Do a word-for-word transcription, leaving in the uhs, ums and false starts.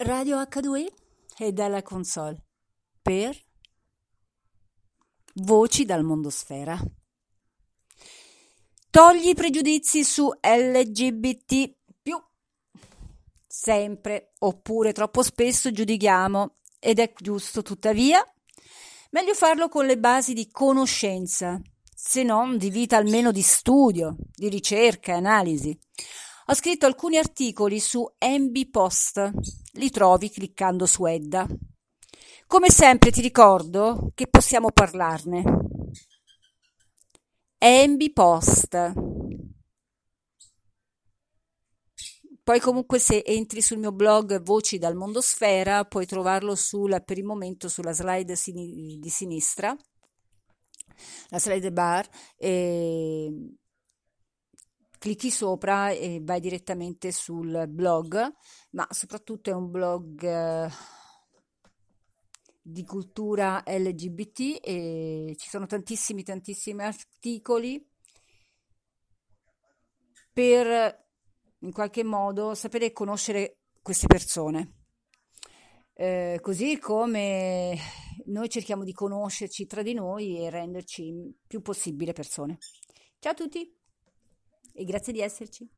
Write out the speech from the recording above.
Radio acca due e e dalla console per Voci dal Mondosfera. Togli i pregiudizi su L G B T più. Sempre oppure troppo spesso giudichiamo, ed è giusto tuttavia, meglio farlo con le basi di conoscenza, se non di vita almeno di studio, di ricerca e analisi. Ho scritto alcuni articoli su M B Post, li trovi cliccando su Edda. Come sempre ti ricordo che possiamo parlarne. M B Post. Poi comunque se entri sul mio blog Voci dal Mondosfera puoi trovarlo sul, per il momento sulla slide sini- di sinistra, la slide bar, e clicchi sopra e vai direttamente sul blog, ma soprattutto è un blog eh, di cultura L G B T e ci sono tantissimi tantissimi articoli per in qualche modo sapere e conoscere queste persone. Eh, così come noi cerchiamo di conoscerci tra di noi e renderci il più possibile persone. Ciao a tutti e grazie di esserci.